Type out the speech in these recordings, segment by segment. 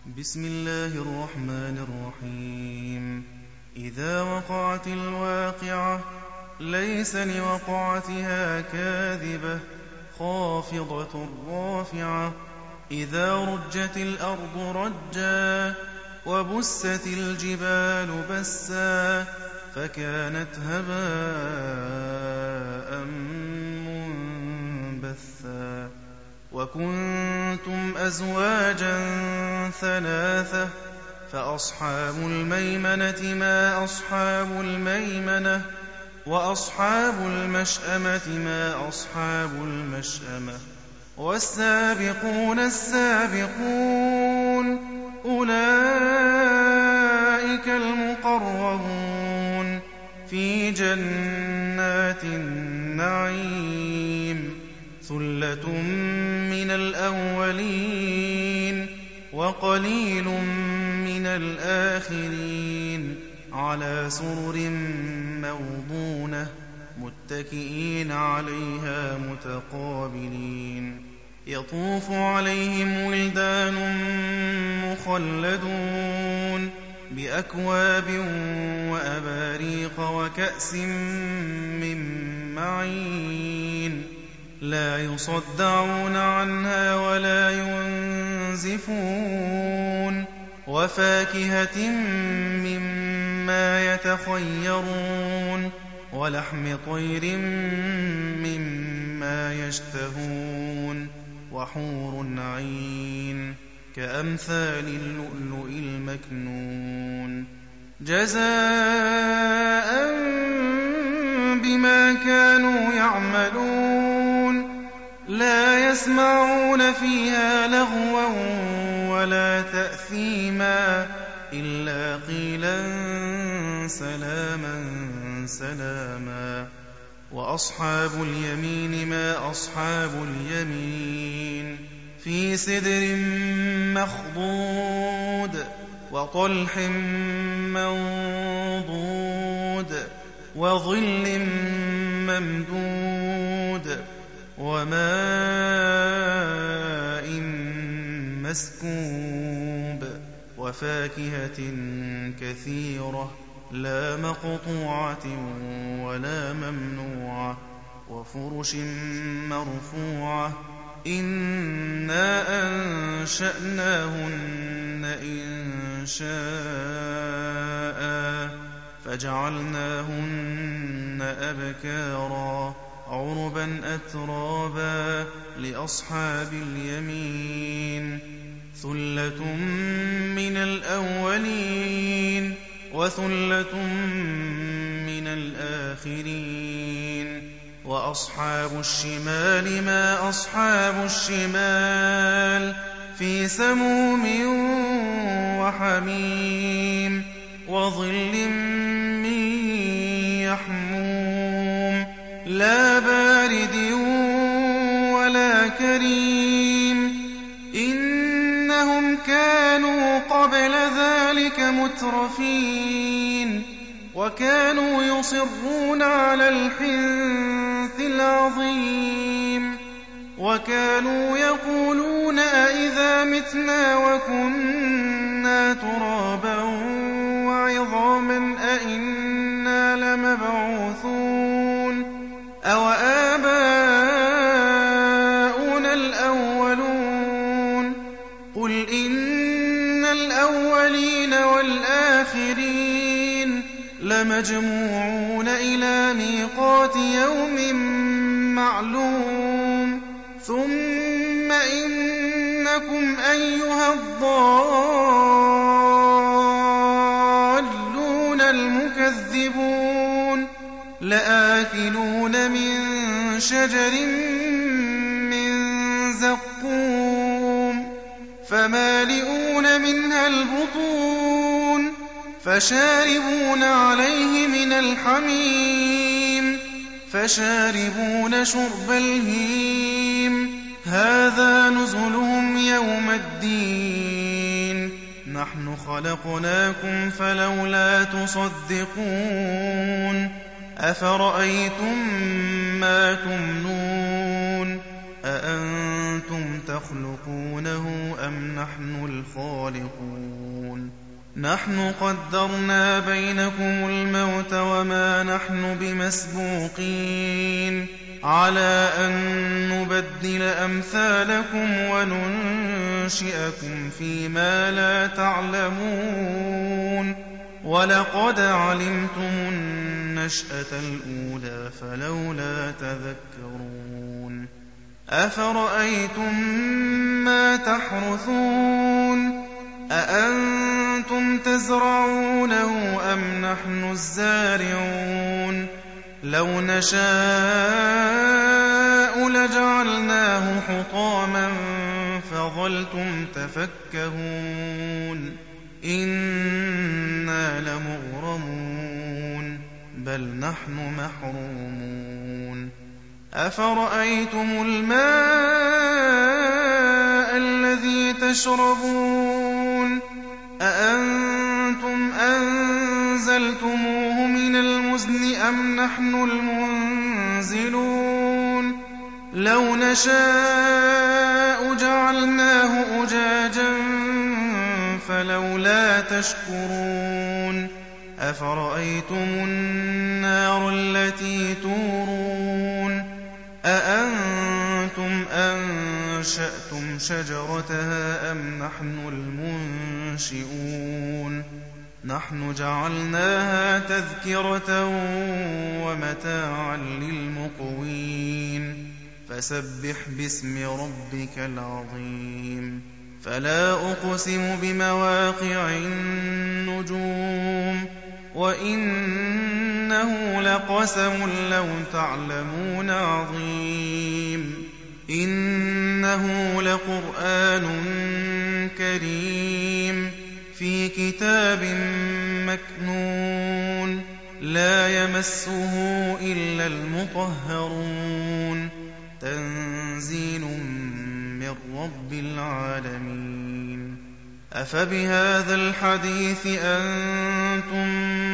بسم الله الرحمن الرحيم. إذا وقعت الواقعة ليس لوقعتها كاذبة خافضة رافعة. إذا رجت الأرض رجا وبست الجبال بسا فكانت هباء منبثا. وكنتم أزواجا ثلاثة فأصحاب الميمنة ما أصحاب الميمنة وأصحاب المشأمة ما أصحاب المشأمة. والسابقون السابقون أولئك المقربون في جنات النعيم. ثلة من الأولين وقليل من الآخرين. على سرر موضونة متكئين عليها متقابلين. يطوف عليهم ولدان مخلدون بأكواب وأباريق وكأس من معين. لا يصدعون عنها ولا ينزفون. وفاكهة مما يتخيرون ولحم طير مما يشتهون. وحور عين كأمثال اللؤلؤ المكنون جزاء بما كانوا يعملون. لا يسمعون فيها لغوا ولا تأثيما إلا قيلا سلاما سلاما. وأصحاب اليمين ما أصحاب اليمين. في سدر مخضود وطلح منضود وظل ممدود وماء مسكوب. وفاكهة كثيرة لا مقطوعة ولا ممنوعة. وفرش مرفوعة. إنا أنشأناهن إنشاء فجعلناهن أبكارا عربا أترابا لأصحاب اليمين. ثلة من الأولين وثلة من الآخرين. وأصحاب الشمال ما أصحاب الشمال. في سموم وحميم وظل من يحموم لا بارد ولا كريم. إنهم كانوا قبل ذلك مترفين وكانوا يصرون على الحنث العظيم. وكانوا يقولون أئذا متنا وكنا ترابا وعظاما أئنا لمبعوثون أوآباؤنا الأولون. قل إن الأولين والآخرين لمجموعون إلى ميقات يوم معلوم. ثم إنكم أيها الضالون المكذبون لآكلون من شجر من زقوم فمالئون منها البطون فشاربون عليه من الحميم فشاربون شرب الهيم. هذا نزلهم يوم الدين. نحن خلقناكم فلولا تصدقون. أفرأيتم ما تمنون أأنتم أأنتم تخلقونه أم نحن الخالقون نحن قدرنا بينكم الموت وما نحن بمسبوقين على أن نبدل أمثالكم وننشئكم فيما لا تعلمون ولقد علمتم النشأة الأولى فلولا تذكرون أفرأيتم ما تحرثون أأنتم تزرعونه أم نحن الزارعون لو نشاء لجعلناه حطاما فظلتم تفكهون إنا لمغرمون بل نحن محرومون أفرأيتم الماء الذي تشربون أأنتم أنزلتموه من المزن أم نحن المنزلون لو نشاء جعلناه أجاجا فلولا تشكرون أفرأيتم النار التي تورون أأنتم أنشأتم شجرتها أم نحن المنشئون نحن جعلناها تذكرة ومتاعا للمقوين فسبح باسم ربك العظيم فلا أقسم بمواقع النجوم وإنه لقسم لو تعلمون عظيم إنه لقرآن كريم في كتاب مكنون لا يمسه إلا المطهرون تنزيل من رب العالمين أفبهذا الحديث أنتم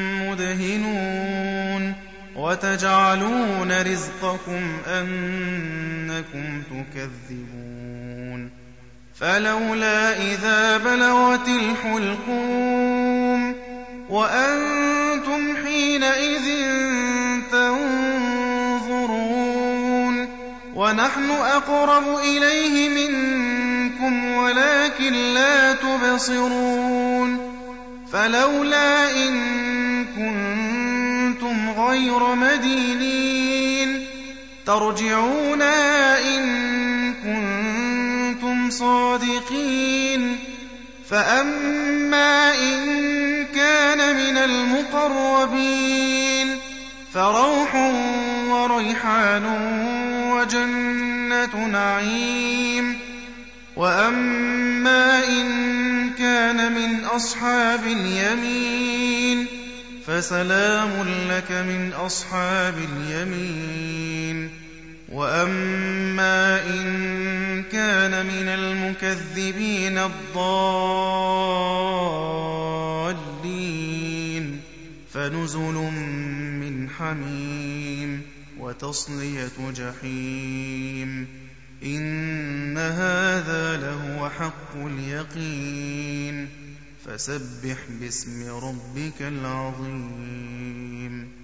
مدهنون وتجعلون رزقكم أنكم تكذبون فلولا إذا بلغت الحلقوم وأنتم حينئذ تنظرون ونحن أقرب إليه منكم ولكن لا تبصرون فلولا إن كنتم غير مدينين ترجعونها إن كنتم صادقين فأما إن كان من المقربين فروح وريحان وجنة نعيم وأما إن كان من أصحاب اليمين فسلام لك من أصحاب اليمين وأما إن كان من المكذبين الضالين فنزل من حميم وتصلية جحيم إن هذا لهو حق اليقين فسبح باسم ربك العظيم